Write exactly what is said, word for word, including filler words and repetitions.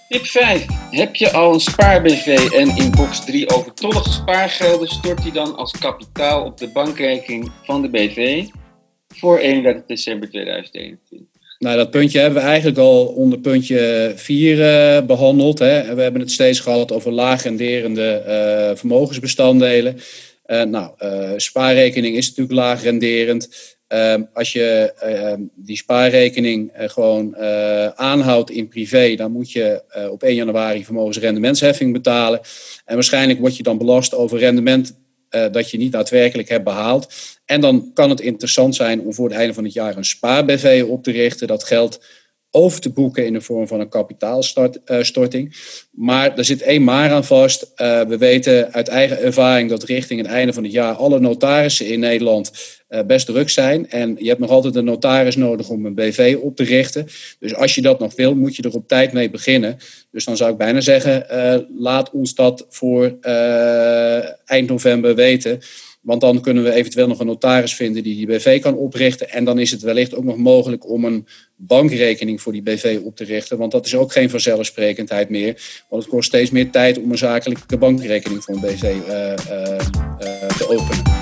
Tip vijf. Heb je al een spaar-B V en in box drie overtollige spaargelden, stort die dan als kapitaal op de bankrekening van de B V voor eenendertig december tweeduizend eenentwintig. Nou, dat puntje hebben we eigenlijk al onder puntje vier uh, behandeld. Hè. We hebben het steeds gehad over laag renderende uh, vermogensbestanddelen. Uh, nou, uh, spaarrekening is natuurlijk laag renderend. Uh, als je uh, die spaarrekening uh, gewoon uh, aanhoudt in privé, dan moet je uh, op één januari vermogensrendementsheffing betalen. En waarschijnlijk word je dan belast over rendement uh, dat je niet daadwerkelijk hebt behaald. En dan kan het interessant zijn om voor het einde van het jaar een spaar-B V op te richten. Dat geld over te boeken in de vorm van een kapitaalstorting. Maar er zit één maar aan vast. Uh, we weten uit eigen ervaring dat richting het einde van het jaar alle notarissen in Nederland uh, best druk zijn. En je hebt nog altijd een notaris nodig om een B V op te richten. Dus als je dat nog wil, moet je er op tijd mee beginnen. Dus dan zou ik bijna zeggen, uh, laat ons dat voor uh, eind november weten. Want dan kunnen we eventueel nog een notaris vinden die die B V kan oprichten. En dan is het wellicht ook nog mogelijk om een bankrekening voor die B V op te richten. Want dat is ook geen vanzelfsprekendheid meer. Want het kost steeds meer tijd om een zakelijke bankrekening voor een B V uh, uh, uh, te openen.